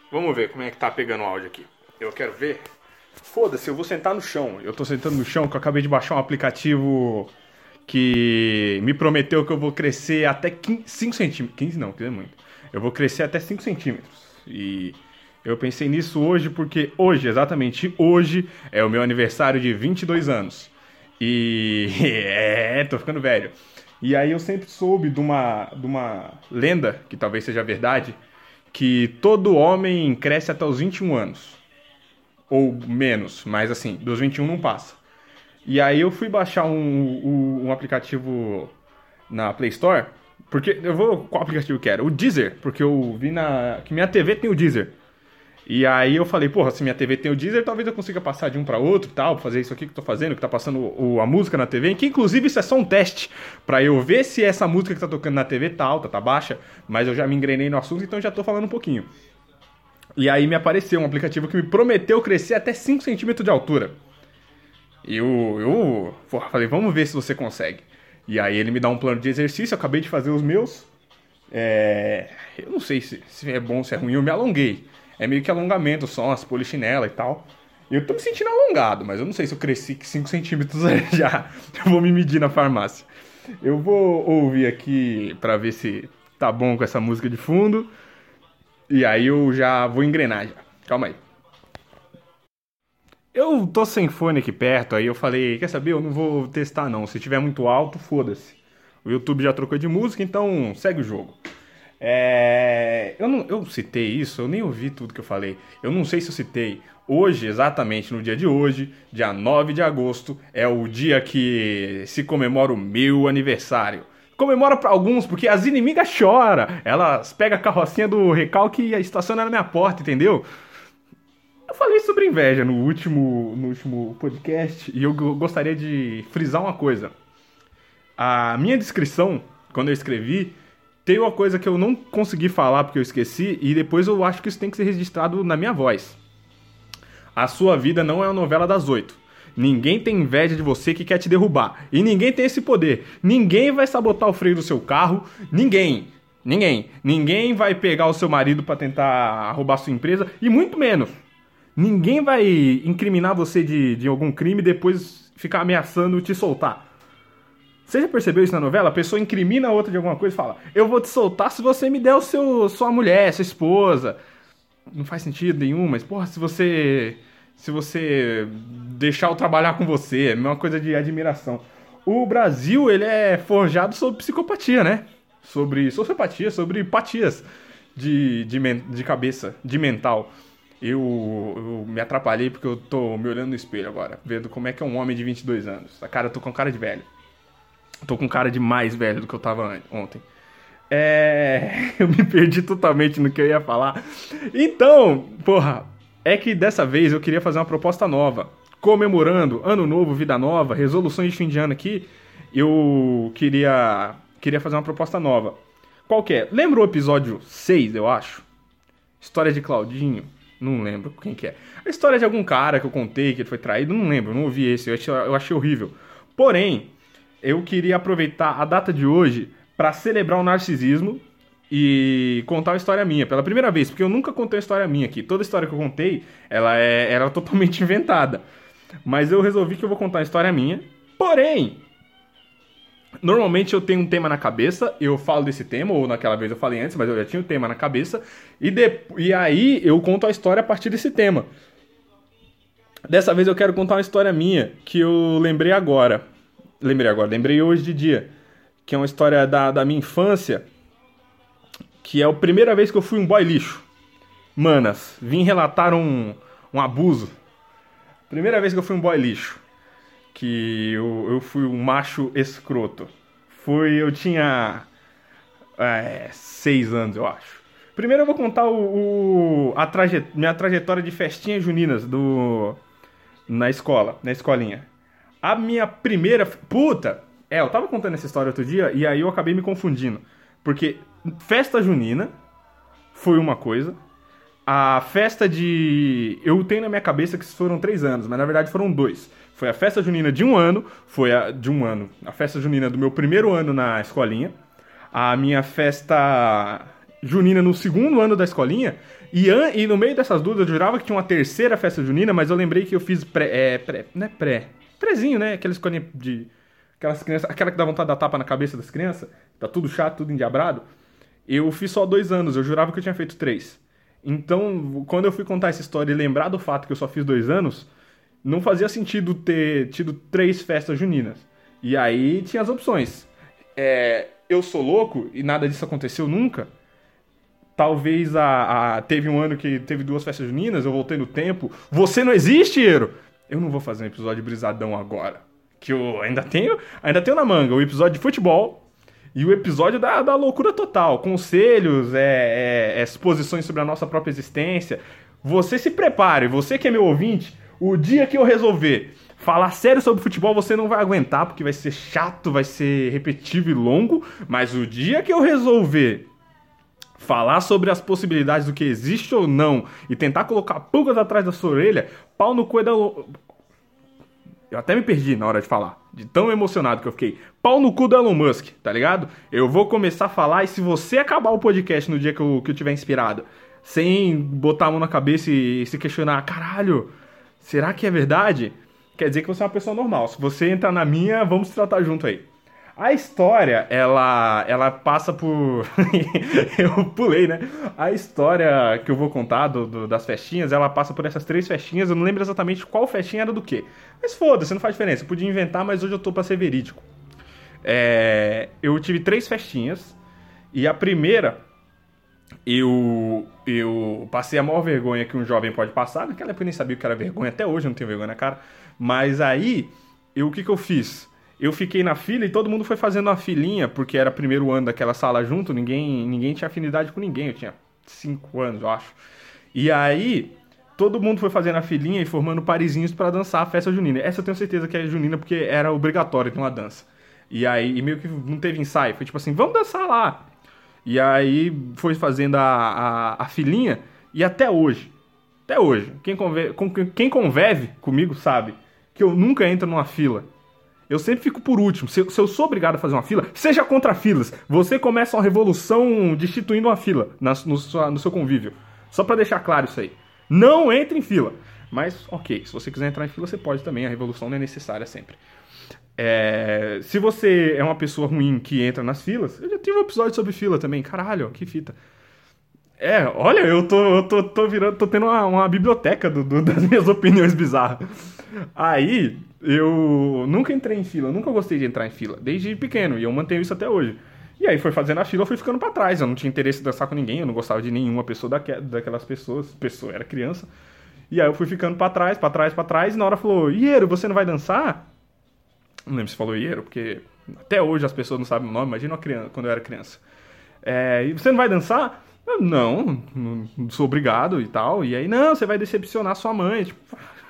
Vamos ver como é que tá pegando o áudio aqui. Eu quero ver. Foda-se, eu vou sentar no chão. Eu tô sentando no chão porque eu acabei de baixar um aplicativo que me prometeu que eu vou crescer até 5 centímetros. 15 não, 15 é muito. Eu vou crescer até 5 centímetros. E eu pensei nisso hoje porque hoje, exatamente hoje, é o meu aniversário de 22 anos. E tô ficando velho. E aí eu sempre soube de uma lenda, que talvez seja verdade, que todo homem cresce até os 21 anos. Ou menos, mas assim, dos 21 não passa. E aí eu fui baixar um aplicativo na Play Store, porque eu vou... Qual aplicativo que era? O Deezer, porque eu vi que minha TV tem o Deezer. E aí eu falei, porra, se minha TV tem o Deezer, talvez eu consiga passar de um pra outro e tal, fazer isso aqui que eu tô fazendo, que tá passando a música na TV, que inclusive isso é só um teste, pra eu ver se essa música que tá tocando na TV tá alta, tá baixa, mas eu já me engrenei no assunto, então já tô falando um pouquinho. E aí me apareceu um aplicativo que me prometeu crescer até 5 centímetros de altura. E eu falei, vamos ver se você consegue. E aí ele me dá um plano de exercício, eu acabei de fazer os meus. Eu não sei se é bom ou se é ruim, eu me alonguei. É meio que alongamento só, umas polichinela e tal. Eu tô me sentindo alongado, mas eu não sei se eu cresci 5 centímetros já. Eu vou me medir na farmácia. Eu vou ouvir aqui pra ver se tá bom com essa música de fundo. E aí eu já vou engrenar já. Calma aí. Eu tô sem fone aqui perto, aí eu falei, quer saber, eu não vou testar não. Se tiver muito alto, foda-se. O YouTube já trocou de música, então segue o jogo. Eu citei isso, eu nem ouvi tudo que eu falei. Eu não sei se eu citei. Hoje, exatamente no dia de hoje, dia 9 de agosto, é o dia que se comemora o meu aniversário. Comemora pra alguns, porque as inimigas choram. Elas pegam a carrocinha do recalque e estacionam na minha porta, entendeu? Eu falei sobre inveja no último podcast e eu gostaria de frisar uma coisa. A minha descrição, quando eu escrevi, tem uma coisa que eu não consegui falar porque eu esqueci e depois eu acho que isso tem que ser registrado na minha voz. A sua vida não é uma novela das 8. Ninguém tem inveja de você que quer te derrubar. E ninguém tem esse poder. Ninguém vai sabotar o freio do seu carro. Ninguém. Ninguém vai pegar o seu marido pra tentar roubar sua empresa. E muito menos. Ninguém vai incriminar você de algum crime e depois ficar ameaçando te soltar. Você já percebeu isso na novela? A pessoa incrimina a outra de alguma coisa e fala: eu vou te soltar se você me der sua mulher, sua esposa. Não faz sentido nenhum, mas porra, se você deixar eu trabalhar com você, é uma coisa de admiração. O Brasil, ele é forjado sobre psicopatia, né? Sobre sociopatia, sobre patias de cabeça, de mental. Eu me atrapalhei porque eu tô me olhando no espelho agora, vendo como é que é um homem de 22 anos. Eu tô com cara de velho. Tô com cara de mais velho do que eu tava ontem. Eu me perdi totalmente no que eu ia falar. Então, porra, é que dessa vez eu queria fazer uma proposta nova. Comemorando Ano Novo, Vida Nova, resoluções de fim de ano aqui, eu queria fazer uma proposta nova. Qual que é? Lembra o episódio 6, eu acho? História de Claudinho? Não lembro quem que é. A história de algum cara que eu contei, que ele foi traído, não lembro, não ouvi esse, eu achei horrível. Porém, eu queria aproveitar a data de hoje para celebrar o narcisismo e contar uma história minha, pela primeira vez, porque eu nunca contei uma história minha aqui. Toda história que eu contei, ela era totalmente inventada. Mas eu resolvi que eu vou contar uma história minha. Porém, normalmente eu tenho um tema na cabeça, eu falo desse tema, ou naquela vez eu falei antes, mas eu já tinha o tema na cabeça, e aí eu conto a história a partir desse tema. Dessa vez eu quero contar uma história minha, que eu lembrei lembrei hoje de dia, que é uma história da minha infância, que é a primeira vez que eu fui um boy lixo. Manas, vim relatar um abuso. Primeira vez que eu fui um boy lixo. Que eu fui um macho escroto. Eu tinha 6 anos, eu acho. Primeiro eu vou contar minha trajetória de festinhas juninas na escolinha. A minha primeira... Puta! Eu tava contando essa história outro dia e aí eu acabei me confundindo. Porque festa junina foi uma coisa. A festa eu tenho na minha cabeça que foram 3 anos, mas na verdade foram 2. Foi a festa junina de um ano, a festa junina do meu primeiro ano na escolinha. A minha festa junina no segundo ano da escolinha, e no meio dessas duas eu jurava que tinha uma terceira festa junina, mas eu lembrei que eu fiz prézinho, né? Aquela escolinha de... Aquelas crianças, aquela que dá vontade de dar tapa na cabeça das crianças, tá tudo chato, tudo endiabrado. Eu fiz só 2 anos, eu jurava que eu tinha feito 3. Então, quando eu fui contar essa história e lembrar do fato que eu só fiz 2 anos, não fazia sentido ter tido 3 festas juninas. E aí tinha as opções. Eu sou louco e nada disso aconteceu nunca. Talvez teve um ano que teve 2 festas juninas, eu voltei no tempo. Você não existe, Eero? Eu não vou fazer um episódio brisadão agora. Que eu ainda tenho na manga o episódio de futebol e o episódio da loucura total. Conselhos, exposições sobre a nossa própria existência. Você se prepare, você que é meu ouvinte, o dia que eu resolver falar sério sobre futebol, você não vai aguentar, porque vai ser chato, vai ser repetitivo e longo. Mas o dia que eu resolver falar sobre as possibilidades do que existe ou não e tentar colocar pulgas atrás da sua orelha, pau no cu da... Eu até me perdi na hora de falar, de tão emocionado que eu fiquei. Pau no cu do Elon Musk, tá ligado? Eu vou começar a falar e se você acabar o podcast no dia que eu tiver inspirado, sem botar a mão na cabeça e se questionar, caralho, será que é verdade? Quer dizer que você é uma pessoa normal. Se você entrar na minha, vamos tratar junto aí. A história, ela passa por... Eu pulei, né? A história que eu vou contar das festinhas, ela passa por essas 3 festinhas. Eu não lembro exatamente qual festinha era do quê. Mas foda-se, não faz diferença. Eu podia inventar, mas hoje eu tô pra ser verídico. Eu tive 3 festinhas. E a primeira, eu passei a maior vergonha que um jovem pode passar. Naquela época eu nem sabia o que era vergonha. Até hoje eu não tenho vergonha na cara. Mas aí, o que eu fiz? Eu fiquei na fila e todo mundo foi fazendo uma filinha, porque era primeiro ano daquela sala junto, ninguém tinha afinidade com ninguém, eu tinha 5 anos, eu acho. E aí, todo mundo foi fazendo a filinha e formando parizinhos pra dançar a festa junina. Essa eu tenho certeza que é junina, porque era obrigatório ter uma dança. E aí, meio que não teve ensaio, foi tipo assim, vamos dançar lá. E aí, foi fazendo a filinha, e até hoje, quem convive comigo sabe que eu nunca entro numa fila. Eu sempre fico por último. Se eu sou obrigado a fazer uma fila, seja contra filas. Você começa uma revolução destituindo uma fila no seu convívio. Só pra deixar claro isso aí. Não entre em fila. Mas, ok, se você quiser entrar em fila, você pode também. A revolução não é necessária sempre. Se você é uma pessoa ruim que entra nas filas... Eu já tive um episódio sobre fila também. Caralho, que fita. Olha, eu tô tendo uma biblioteca das minhas opiniões bizarras. Aí, eu nunca entrei em fila, nunca gostei de entrar em fila, desde pequeno, e eu mantenho isso até hoje. E aí, foi fazendo a fila, eu fui ficando pra trás, eu não tinha interesse em dançar com ninguém, eu não gostava de nenhuma pessoa daquelas pessoas, era criança. E aí eu fui ficando pra trás, e na hora falou, Iero, você não vai dançar? Não lembro se falou Iero, porque até hoje as pessoas não sabem o nome, imagina uma criança, quando eu era criança. E você não vai dançar? Não sou obrigado e tal. E aí, não, você vai decepcionar sua mãe. Tipo...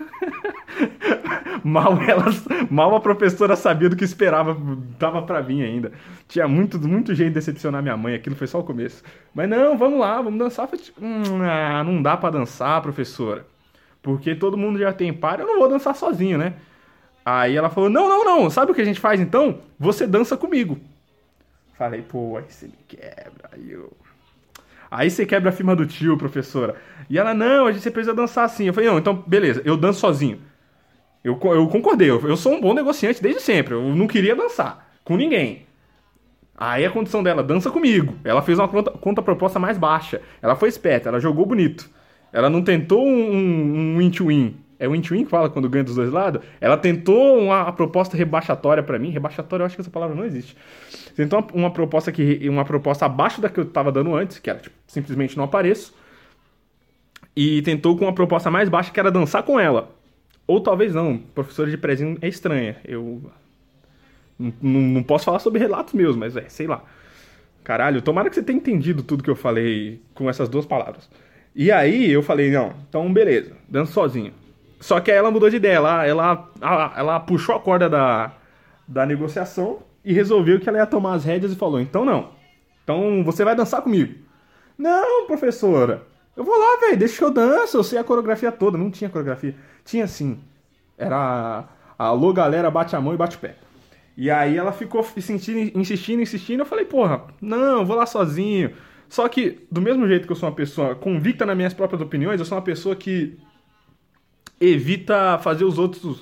mal a professora sabia do que esperava, tava pra vir ainda. Tinha muito jeito de decepcionar minha mãe, aquilo foi só o começo. Mas não, vamos lá, vamos dançar. Falei, tipo, não dá pra dançar, professora. Porque todo mundo já tem par, eu não vou dançar sozinho, né? Aí ela falou, não, sabe o que a gente faz então? Você dança comigo. Falei, pô, aí você me quebra, Aí você quebra a firma do tio, professora. E ela, não, você precisa dançar assim. Eu falei, não, então, beleza, eu danço sozinho. Eu concordei, eu sou um bom negociante desde sempre. Eu não queria dançar com ninguém. Aí a condição dela, dança comigo. Ela fez uma contraproposta mais baixa. Ela foi esperta, ela jogou bonito. Ela não tentou um win-to-win. É o win-to-win que fala quando ganha dos dois lados? Ela tentou uma proposta rebaixatória pra mim. Rebaixatória, eu acho que essa palavra não existe. Tentou uma proposta abaixo da que eu tava dando antes, que era, tipo, simplesmente não apareço. E tentou com uma proposta mais baixa, que era dançar com ela. Ou talvez não, professora de prezinho é estranha. Eu não posso falar sobre relatos meus, mas sei lá. Caralho, tomara que você tenha entendido tudo que eu falei com essas 2 palavras. E aí eu falei, não, então beleza, danço sozinho. Só que aí ela mudou de ideia, ela puxou a corda da negociação e resolveu que ela ia tomar as rédeas e falou, então não. Então você vai dançar comigo. Não, professora. Eu vou lá, velho, deixa que eu danço, eu sei a coreografia toda. Não tinha coreografia. Tinha sim. Era alô, galera, bate a mão e bate o pé. E aí ela ficou insistindo. Eu falei, porra, não, vou lá sozinho. Só que, do mesmo jeito que eu sou uma pessoa convicta nas minhas próprias opiniões, eu sou uma pessoa que evita fazer os outros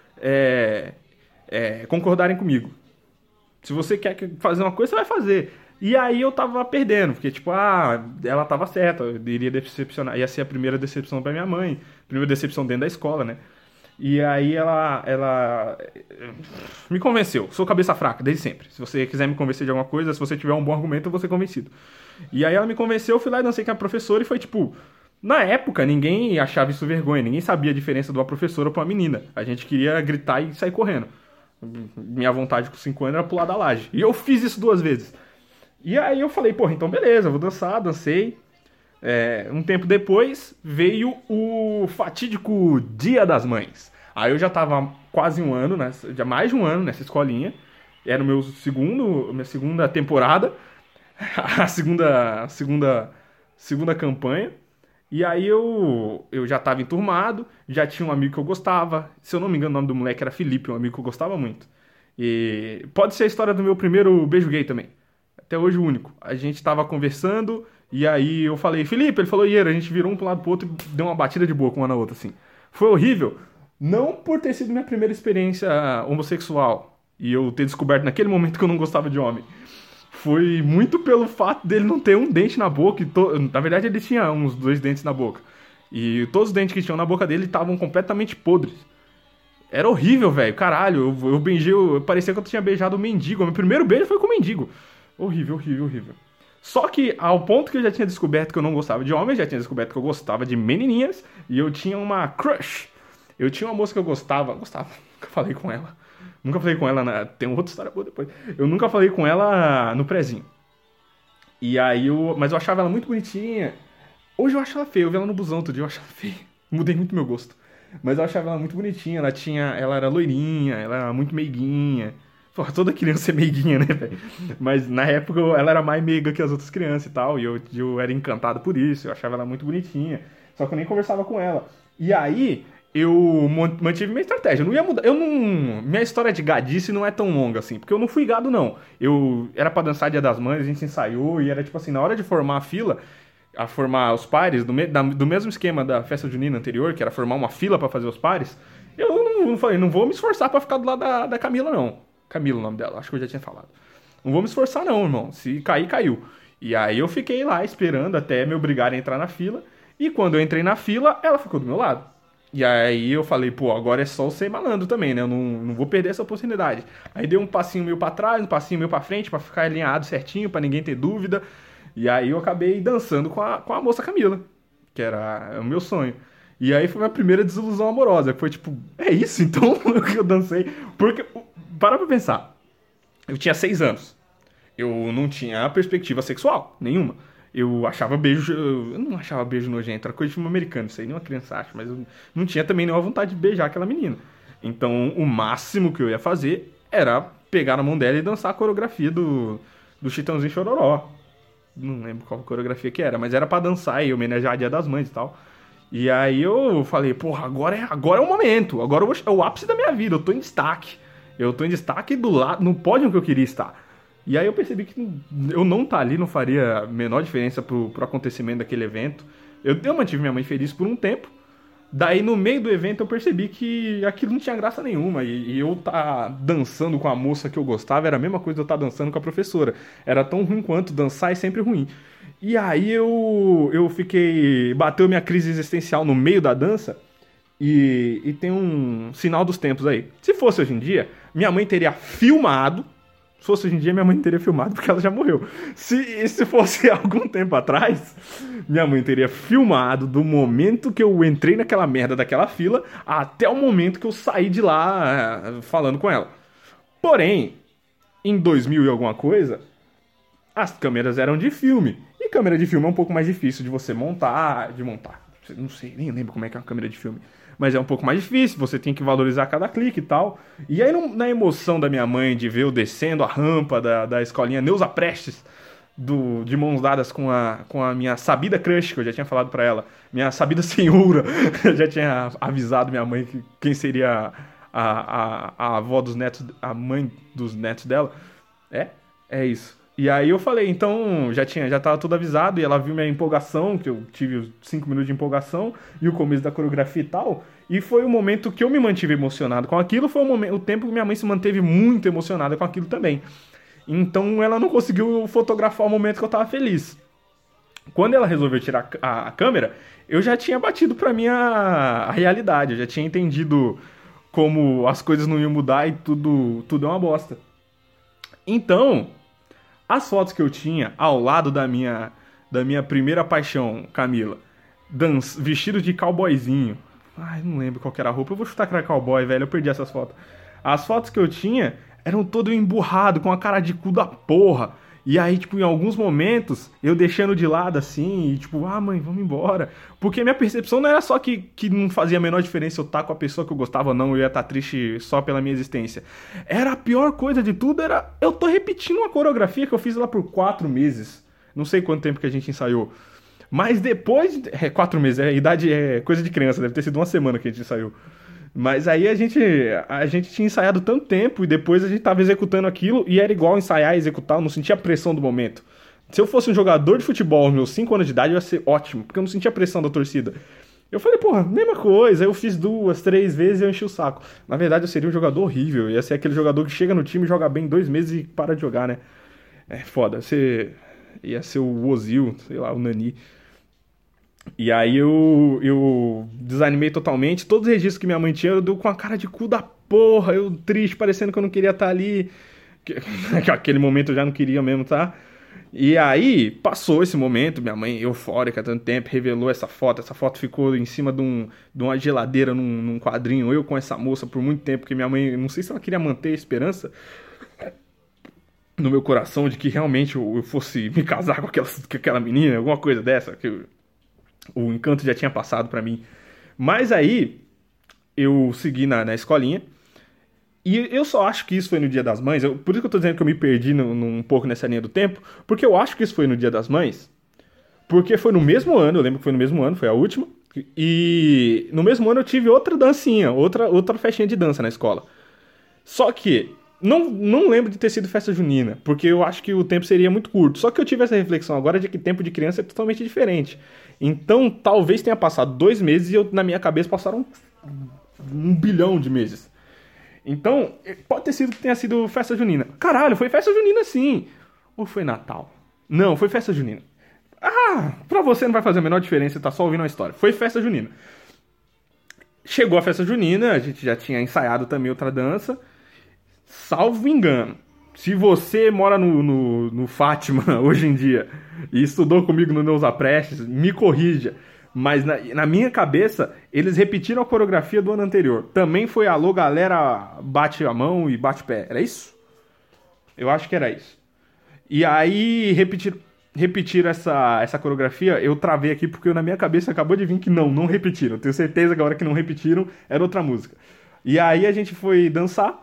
concordarem comigo. Se você quer fazer uma coisa, você vai fazer. E aí eu tava perdendo, porque tipo, ela tava certa, eu iria decepcionar, ia ser a primeira decepção pra minha mãe, primeira decepção dentro da escola, né? E aí ela me convenceu. Sou cabeça fraca, desde sempre. Se você quiser me convencer de alguma coisa, se você tiver um bom argumento, eu vou ser convencido. E aí ela me convenceu, eu fui lá e dancei com a professora e foi tipo... Na época, ninguém achava isso vergonha, ninguém sabia a diferença de uma professora pra uma menina. A gente queria gritar e sair correndo. Minha vontade com 5 anos era pular da laje. E eu fiz isso 2 vezes. E aí eu falei, porra, então beleza, vou dançar, dancei. Um tempo depois veio o fatídico Dia das Mães. Aí eu já tava quase um ano, já mais de um ano nessa escolinha. Era o minha segunda temporada, a segunda campanha. E aí eu já tava enturmado, já tinha um amigo que eu gostava. Se eu não me engano, o nome do moleque era Felipe, um amigo que eu gostava muito. E pode ser a história do meu primeiro beijo gay também. Até hoje o único. A gente tava conversando e aí eu falei, Felipe, ele falou, Iero, a gente virou um pro lado pro outro e deu uma batida de boca uma na outra, assim. Foi horrível, não por ter sido minha primeira experiência homossexual e eu ter descoberto naquele momento que eu não gostava de homem. Foi muito pelo fato dele não ter um dente na boca. Na verdade, ele tinha uns 2 dentes na boca. E todos os dentes que tinham na boca dele estavam completamente podres. Era horrível, velho. Caralho, eu beijei. Parecia que eu tinha beijado um mendigo. Meu primeiro beijo foi com um mendigo. Horrível, horrível, horrível. Só que, ao ponto que eu já tinha descoberto que eu não gostava de homens, já tinha descoberto que eu gostava de menininhas. E eu tinha uma crush. Eu tinha uma moça que eu gostava. Nunca falei com ela. Nunca falei com ela Tem outra história boa depois. Eu nunca falei com ela no prezinho. E aí Mas eu achava ela muito bonitinha. Hoje eu acho ela feia. Eu vi ela no busão outro dia, eu acho ela feia. Mudei muito meu gosto. Mas eu achava ela muito bonitinha. Ela era loirinha, ela era muito meiguinha. Pô, toda criança é meiguinha, né, velho? Mas na época ela era mais meiga que as outras crianças e tal. E eu era encantado por isso. Eu achava ela muito bonitinha. Só que eu nem conversava com ela. E aí eu mantive minha estratégia. Eu não ia mudar. Minha história de gadice não é tão longa assim, porque eu não fui gado, não. Era pra dançar Dia das Mães, a gente ensaiou e era tipo assim, na hora de formar a fila, a formar os pares, do mesmo esquema da festa junina anterior, que era formar uma fila pra fazer os pares, eu não falei, não vou me esforçar pra ficar do lado da Camila, não. Camila, o nome dela, acho que eu já tinha falado. Não vou me esforçar, não, irmão. Se cair, caiu. E aí eu fiquei lá esperando até me obrigarem a entrar na fila. E quando eu entrei na fila, ela ficou do meu lado. E aí eu falei, pô, agora é só ser malandro também, né? Eu não vou perder essa oportunidade. Aí dei um passinho meio pra trás, um passinho meio pra frente, pra ficar alinhado certinho, pra ninguém ter dúvida. E aí eu acabei dançando com a moça Camila, que era o meu sonho. E aí foi minha primeira desilusão amorosa, que foi tipo, é isso então que eu dancei? Porque, para pra pensar, eu tinha 6 anos. Eu não tinha perspectiva sexual nenhuma. Eu achava beijo. Eu não achava beijo nojento, era coisa de filme americano, isso aí nenhuma criança acha, mas eu não tinha também nenhuma vontade de beijar aquela menina. Então o máximo que eu ia fazer era pegar na mão dela e dançar a coreografia do Chitãozinho Chororó. Não lembro qual coreografia que era, mas era pra dançar e homenagear a Dia das Mães e tal. E aí eu falei, porra, agora é o momento, agora é o ápice da minha vida, eu tô em destaque. Eu tô em destaque do lado, no pódio que eu queria estar. E aí eu percebi que eu não estar ali não faria a menor diferença pro acontecimento daquele evento. Eu mantive minha mãe feliz por um tempo. Daí no meio do evento eu percebi que aquilo não tinha graça nenhuma. E eu tá dançando com a moça que eu gostava era a mesma coisa de eu estar dançando com a professora. Era tão ruim quanto, dançar é sempre ruim. E aí eu fiquei... Bateu minha crise existencial no meio da dança. E tem um sinal dos tempos aí. Se fosse hoje em dia, minha mãe teria filmado. Se fosse hoje em dia, minha mãe teria filmado porque ela já morreu. Se fosse algum tempo atrás, minha mãe teria filmado do momento que eu entrei naquela merda daquela fila até o momento que eu saí de lá falando com ela. Porém, em 2000 e alguma coisa, as câmeras eram de filme. E câmera de filme é um pouco mais difícil de você montar. Não sei, nem lembro como é que é uma câmera de filme. Mas é um pouco mais difícil, você tem que valorizar cada clique e tal. E aí, na emoção da minha mãe de ver eu descendo a rampa da escolinha Neuza Prestes, de mãos dadas com a minha sabida crush, que eu já tinha falado pra ela, minha sabida senhora, eu já tinha avisado minha mãe que quem seria a avó dos netos, a mãe dos netos dela. É isso. E aí eu falei, então já tava tudo avisado, e ela viu minha empolgação, que eu tive os 5 minutos de empolgação, e o começo da coreografia e tal. E foi o momento que eu me mantive emocionado com aquilo, foi o tempo que minha mãe se manteve muito emocionada com aquilo também. Então ela não conseguiu fotografar o momento que eu tava feliz. Quando ela resolveu tirar a câmera, eu já tinha batido pra mim a realidade, eu já tinha entendido como as coisas não iam mudar e tudo é uma bosta. Então, as fotos que eu tinha ao lado da minha primeira paixão, Camila, vestido de cowboyzinho. Ai, não lembro qual que era a roupa. Eu vou chutar que era cowboy, velho. Eu perdi essas fotos. As fotos que eu tinha eram todo emburrado, com a cara de cu da porra. E aí, tipo, em alguns momentos, eu deixando de lado assim, e tipo, ah, mãe, vamos embora. Porque minha percepção não era só que não fazia a menor diferença eu estar com a pessoa que eu gostava ou não, eu ia estar triste só pela minha existência. Era a pior coisa de tudo, era eu tô repetindo uma coreografia que eu fiz lá por 4 meses. Não sei quanto tempo que a gente ensaiou. Mas depois. 4 meses, a idade é coisa de criança, deve ter sido uma semana que a gente ensaiou. Mas aí a gente tinha ensaiado tanto tempo e depois a gente tava executando aquilo e era igual ensaiar e executar, eu não sentia a pressão do momento. Se eu fosse um jogador de futebol aos meus 5 anos de idade, eu ia ser ótimo, porque eu não sentia a pressão da torcida. Eu falei, porra, mesma coisa, eu fiz 2, 3 vezes e eu enchi o saco. Na verdade, eu seria um jogador horrível, ia ser aquele jogador que chega no time, joga bem 2 meses e para de jogar, né? É foda, você ia ser o Ozil, sei lá, o Nani. E aí eu desanimei totalmente. Todos os registros que minha mãe tinha, eu deu com a cara de cu da porra. Eu triste, parecendo que eu não queria estar ali. Aquele momento eu já não queria mesmo, tá? E aí, passou esse momento, minha mãe eufórica, tanto tempo, revelou essa foto. Essa foto ficou em cima de uma geladeira, num quadrinho. Eu com essa moça por muito tempo, porque minha mãe, não sei se ela queria manter a esperança no meu coração de que realmente eu fosse me casar com aquela menina, alguma coisa dessa, o encanto já tinha passado pra mim. Mas aí, eu segui na escolinha. E eu só acho que isso foi no Dia das Mães. Por isso que eu tô dizendo que eu me perdi um pouco nessa linha do tempo. Porque eu acho que isso foi no Dia das Mães. Porque foi no mesmo ano, eu lembro que foi no mesmo ano, foi a última. E no mesmo ano eu tive outra dancinha, outra festinha de dança na escola. Só que não lembro de ter sido festa junina, porque eu acho que o tempo seria muito curto. Só que eu tive essa reflexão agora de que tempo de criança é totalmente diferente. Então, talvez tenha passado 2 meses e na minha cabeça passaram 1 bilhão de meses. Então, pode ter sido que tenha sido festa junina. Caralho, foi festa junina sim. Ou foi Natal? Não, foi festa junina. Ah, pra você não vai fazer a menor diferença, tá só ouvindo uma história. Foi festa junina. Chegou a festa junina, a gente já tinha ensaiado também outra dança. Salvo engano, se você mora no Fátima hoje em dia e estudou comigo no Neuza Prestes, me corrija. Mas na minha cabeça, eles repetiram a coreografia do ano anterior. Também foi alô, galera, bate a mão e bate pé. Era isso? Eu acho que era isso. E aí, repetiram essa coreografia. Eu travei aqui porque na minha cabeça acabou de vir que não repetiram. Tenho certeza que agora que não repetiram, era outra música. E aí a gente foi dançar.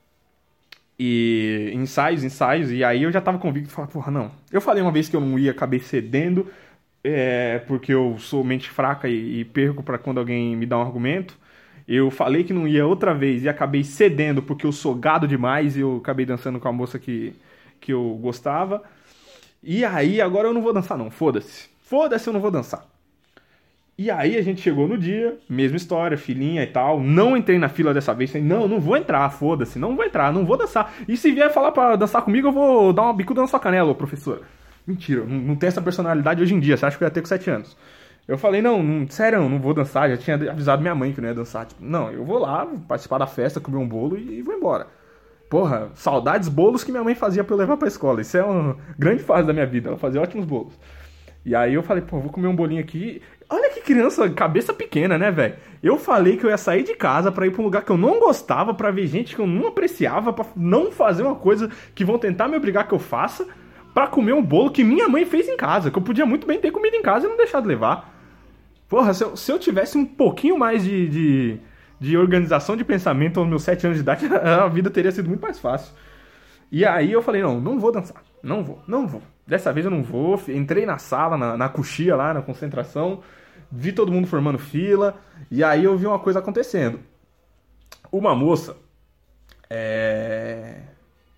E ensaios, e aí eu já tava convicto de falar, porra, não. Eu falei uma vez que eu não ia, acabei cedendo, porque eu sou mente fraca e perco pra quando alguém me dá um argumento. Eu falei que não ia outra vez e acabei cedendo porque eu sou gado demais e eu acabei dançando com a moça que eu gostava. E aí, agora eu não vou dançar não, foda-se. Foda-se, eu não vou dançar. E aí a gente chegou no dia, mesma história, filhinha e tal. Não entrei na fila dessa vez, falei, não vou entrar, foda-se, não vou entrar, não vou dançar. E se vier falar pra dançar comigo, eu vou dar uma bicuda na sua canela, ô professora. Mentira, não tem essa personalidade hoje em dia, você acha que eu ia ter com 7 anos. Eu falei, sério, não vou dançar, já tinha avisado minha mãe que não ia dançar. Tipo, não, eu vou lá, participar da festa, comer um bolo e vou embora. Porra, saudades bolos que minha mãe fazia pra eu levar pra escola. Isso é uma grande fase da minha vida, ela fazia ótimos bolos. E aí eu falei, pô, vou comer um bolinho aqui. Olha que criança, cabeça pequena, né, velho? Eu falei que eu ia sair de casa pra ir pra um lugar que eu não gostava, pra ver gente que eu não apreciava, pra não fazer uma coisa que vão tentar me obrigar que eu faça, pra comer um bolo que minha mãe fez em casa, que eu podia muito bem ter comido em casa e não deixar de levar. Porra, se eu tivesse um pouquinho mais de organização de pensamento aos meus 7 anos de idade, a vida teria sido muito mais fácil. E aí eu falei, não vou dançar, não vou. Dessa vez eu não vou. Entrei na sala, na coxia lá, na concentração, vi todo mundo formando fila, e aí eu vi uma coisa acontecendo. Uma moça,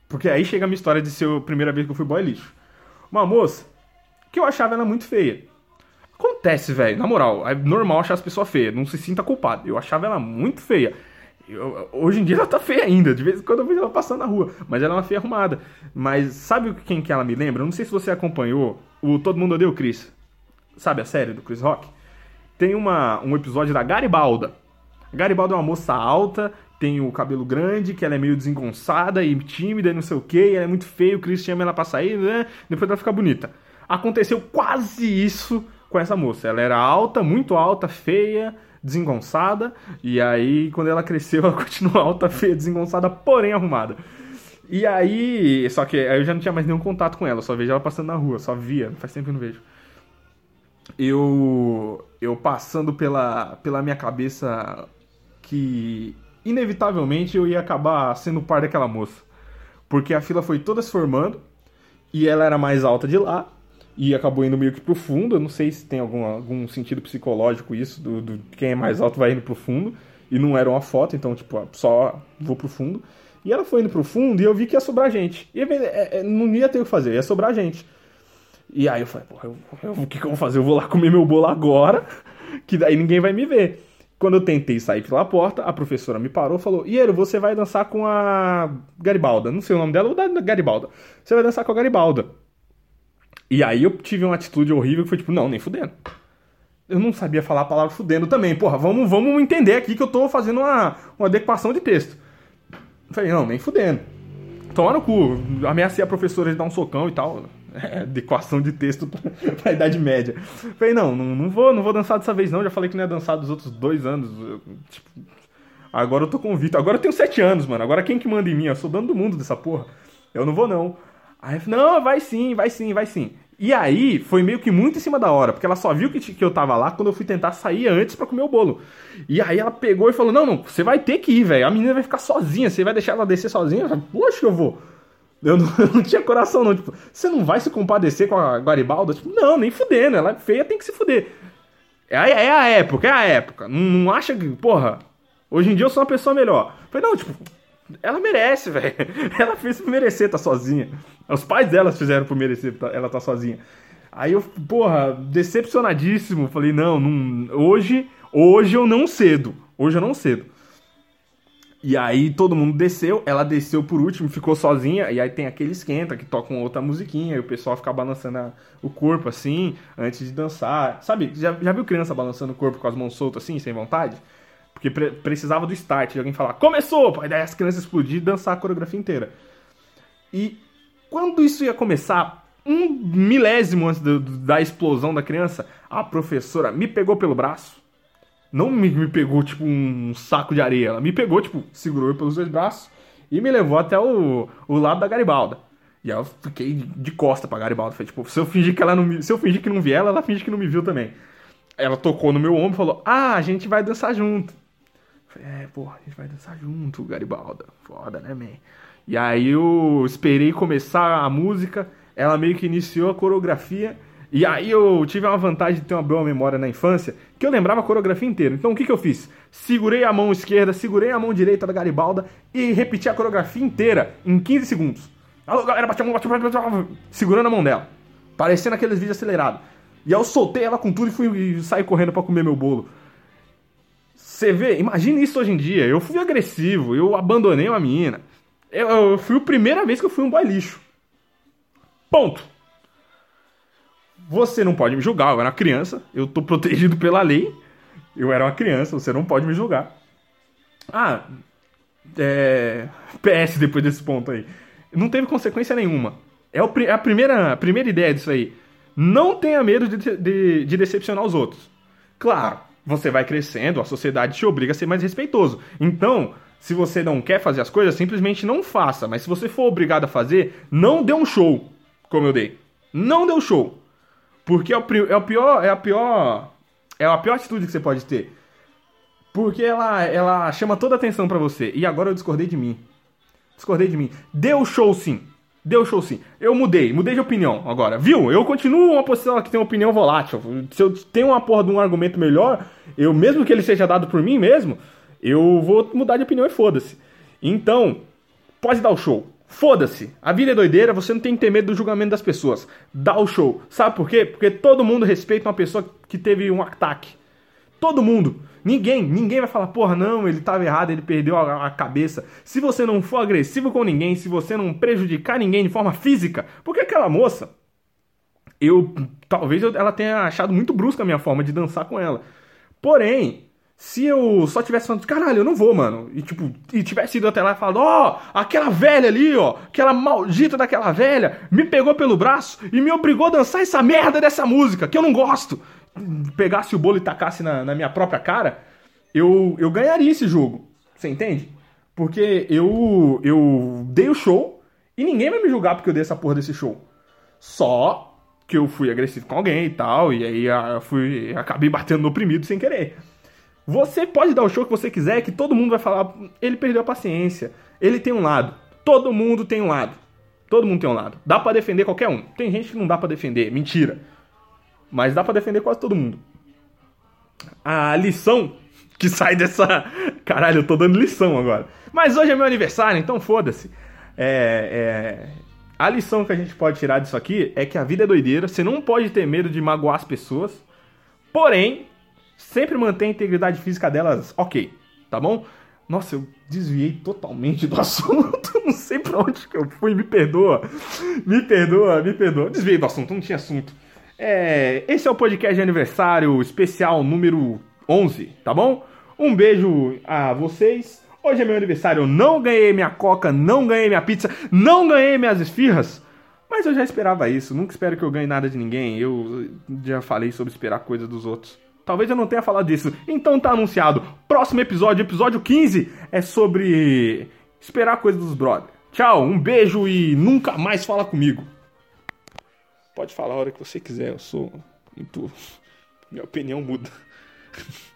Porque aí chega a minha história de ser a primeira vez que eu fui boy lixo. Uma moça que eu achava ela muito feia. Acontece, velho, na moral, é normal achar as pessoas feias, não se sinta culpado. Eu achava ela muito feia. Hoje em dia ela tá feia ainda, de vez em quando eu vejo ela passando na rua, mas ela é uma feia arrumada. Mas sabe quem que ela me lembra? Eu não sei se você acompanhou o Todo Mundo Odeia o Chris. Sabe a série do Chris Rock? Tem um episódio da Garibalda. A Garibalda é uma moça alta, tem o cabelo grande, que ela é meio desengonçada e tímida e não sei o que, ela é muito feia, o Chris chama ela pra sair, né? Depois ela fica bonita. Aconteceu quase isso com essa moça. Ela era alta, muito alta, feia, desengonçada, e aí quando ela cresceu ela continua alta, feia, desengonçada, porém arrumada. E aí, só que aí eu já não tinha mais nenhum contato com ela, eu só vejo ela passando na rua, só via, faz tempo que eu não vejo. Eu passando pela minha cabeça que inevitavelmente eu ia acabar sendo par daquela moça, porque a fila foi toda se formando e ela era mais alta de lá. E acabou indo meio que pro fundo. Eu não sei se tem algum sentido psicológico isso, do quem é mais alto vai indo pro fundo. E não era uma foto, então, tipo, só vou pro fundo. E ela foi indo pro fundo e eu vi que ia sobrar gente. E não ia ter o que fazer, ia sobrar gente. E aí eu falei, porra, o que eu vou fazer? Eu vou lá comer meu bolo agora, que daí ninguém vai me ver. Quando eu tentei sair pela porta, a professora me parou e falou, Iero, você vai dançar com a Garibalda. Não sei o nome dela, vou dar Garibalda. Você vai dançar com a Garibalda. E aí eu tive uma atitude horrível que foi tipo, não, nem fudendo. Eu não sabia falar a palavra fudendo também. Porra, vamos entender aqui que eu tô fazendo uma adequação de texto. Eu falei, não, nem fudendo. Toma no cu. Ameacei a professora de dar um socão e tal. Adequação de texto pra Idade Média. Eu falei, não vou dançar dessa vez não. Já falei que não ia dançar dos outros 2 anos. Tipo, agora eu tô convicto. Agora eu tenho 7 anos, mano. Agora quem que manda em mim? Eu sou dono do mundo dessa porra. Eu não vou não. Aí eu falei, não, vai sim. E aí, foi meio que muito em cima da hora, porque ela só viu que eu tava lá quando eu fui tentar sair antes pra comer o bolo. E aí ela pegou e falou, não, você vai ter que ir, velho, a menina vai ficar sozinha, você vai deixar ela descer sozinha? Eu falei, poxa, eu vou. Eu não tinha coração não, tipo, você não vai se compadecer com a Garibalda? Tipo, não, nem fudendo, ela é feia, tem que se fuder. É a época, não acha que, porra, hoje em dia eu sou uma pessoa melhor. Eu falei, não, tipo... Ela merece, velho. Ela fez por merecer tá sozinha. Os pais dela fizeram por merecer ela tá sozinha. Aí eu, porra, decepcionadíssimo. Falei, não, hoje eu não cedo. Hoje eu não cedo. E aí todo mundo desceu. Ela desceu por último, ficou sozinha. E aí tem aquele esquenta que toca uma outra musiquinha. E o pessoal fica balançando o corpo assim, antes de dançar. Sabe, já viu criança balançando o corpo com as mãos soltas assim, sem vontade? Porque precisava do start, de alguém falar, começou! Aí daí as crianças explodir e dançar a coreografia inteira. E quando isso ia começar, 1 milésimo antes da explosão da criança, a professora me pegou pelo braço. Não me pegou, tipo, um saco de areia. Ela me pegou, tipo, segurou pelos 2 braços e me levou até o lado da Garibalda. E aí eu fiquei de costa pra Garibalda. Falei, tipo, se eu fingir que não vi ela, ela finge que não me viu também. Ela tocou no meu ombro e falou, a gente vai dançar junto. Falei, porra, a gente vai dançar junto, Garibalda. Foda, né, man? E aí eu esperei começar a música, ela meio que iniciou a coreografia, e aí eu tive uma vantagem de ter uma boa memória na infância, que eu lembrava a coreografia inteira. Então o que eu fiz? Segurei a mão esquerda, segurei a mão direita da Garibalda e repeti a coreografia inteira em 15 segundos. Alô, galera, bate a mão, segurando a mão dela, parecendo aqueles vídeos acelerados. E aí eu soltei ela com tudo e saí correndo pra comer meu bolo. Você vê, imagina isso hoje em dia. Eu fui agressivo, eu abandonei uma menina. Eu fui a primeira vez que eu fui um boy lixo. Ponto. Você não pode me julgar, eu era uma criança. Eu tô protegido pela lei. Eu era uma criança, você não pode me julgar. PS depois desse ponto aí. Não teve consequência nenhuma. É a primeira ideia disso aí. Não tenha medo de decepcionar os outros. Claro, você vai crescendo, a sociedade te obriga a ser mais respeitoso. Então, se você não quer fazer as coisas, simplesmente não faça. Mas se você for obrigado a fazer, não dê um show, como eu dei. Não dê um show. Porque é a pior atitude que você pode ter. Porque ela chama toda a atenção pra você. E agora eu discordei de mim. Dê o show sim. Eu mudei de opinião agora. Viu? Eu continuo uma pessoa que tem uma opinião volátil. Se eu tenho uma porra de um argumento melhor, eu, mesmo que ele seja dado por mim mesmo, eu vou mudar de opinião e foda-se. Então, pode dar o show. Foda-se, a vida é doideira, você não tem que ter medo do julgamento das pessoas. Dá o show. Sabe por quê? Porque todo mundo respeita uma pessoa que teve um ataque. Todo mundo. Ninguém vai falar, porra, não, ele tava errado, ele perdeu a cabeça. Se você não for agressivo com ninguém, se você não prejudicar ninguém de forma física, porque aquela moça, talvez ela tenha achado muito brusca a minha forma de dançar com ela. Porém, se eu só tivesse falando, caralho, eu não vou, mano. E tivesse ido até lá e falado, aquela velha ali, aquela maldita daquela velha, me pegou pelo braço e me obrigou a dançar essa merda dessa música, que eu não gosto. Pegasse o bolo e tacasse na minha própria cara, eu ganharia esse jogo. Você entende? Porque eu dei o show e ninguém vai me julgar porque eu dei essa porra desse show. Só que eu fui agressivo com alguém e tal, e aí acabei batendo no oprimido sem querer. Você pode dar o show que você quiser, que todo mundo vai falar, ele perdeu a paciência, ele tem um lado. Todo mundo tem um lado. Todo mundo tem um lado. Dá pra defender qualquer um. Tem gente que não dá pra defender, mentira. Mas dá pra defender quase todo mundo. A lição que sai dessa... Caralho, eu tô dando lição agora. Mas hoje é meu aniversário, então foda-se. A lição que a gente pode tirar disso aqui é que a vida é doideira. Você não pode ter medo de magoar as pessoas. Porém, sempre mantém a integridade física delas ok, tá bom? Nossa, eu desviei totalmente do assunto. Não sei pra onde que eu fui, me perdoa. Me perdoa. Desviei do assunto, não tinha assunto. Esse é o podcast de aniversário especial número 11, tá bom? Um beijo a vocês. Hoje é meu aniversário, eu não ganhei minha coca, não ganhei minha pizza, não ganhei minhas esfirras. Mas eu já esperava isso, nunca espero que eu ganhe nada de ninguém. Eu já falei sobre esperar coisa dos outros. Talvez eu não tenha falado disso. Então tá anunciado. Próximo episódio, episódio 15, é sobre esperar coisa dos brothers. Tchau, um beijo e nunca mais fala comigo. Pode falar a hora que você quiser, eu sou muito... Minha opinião muda.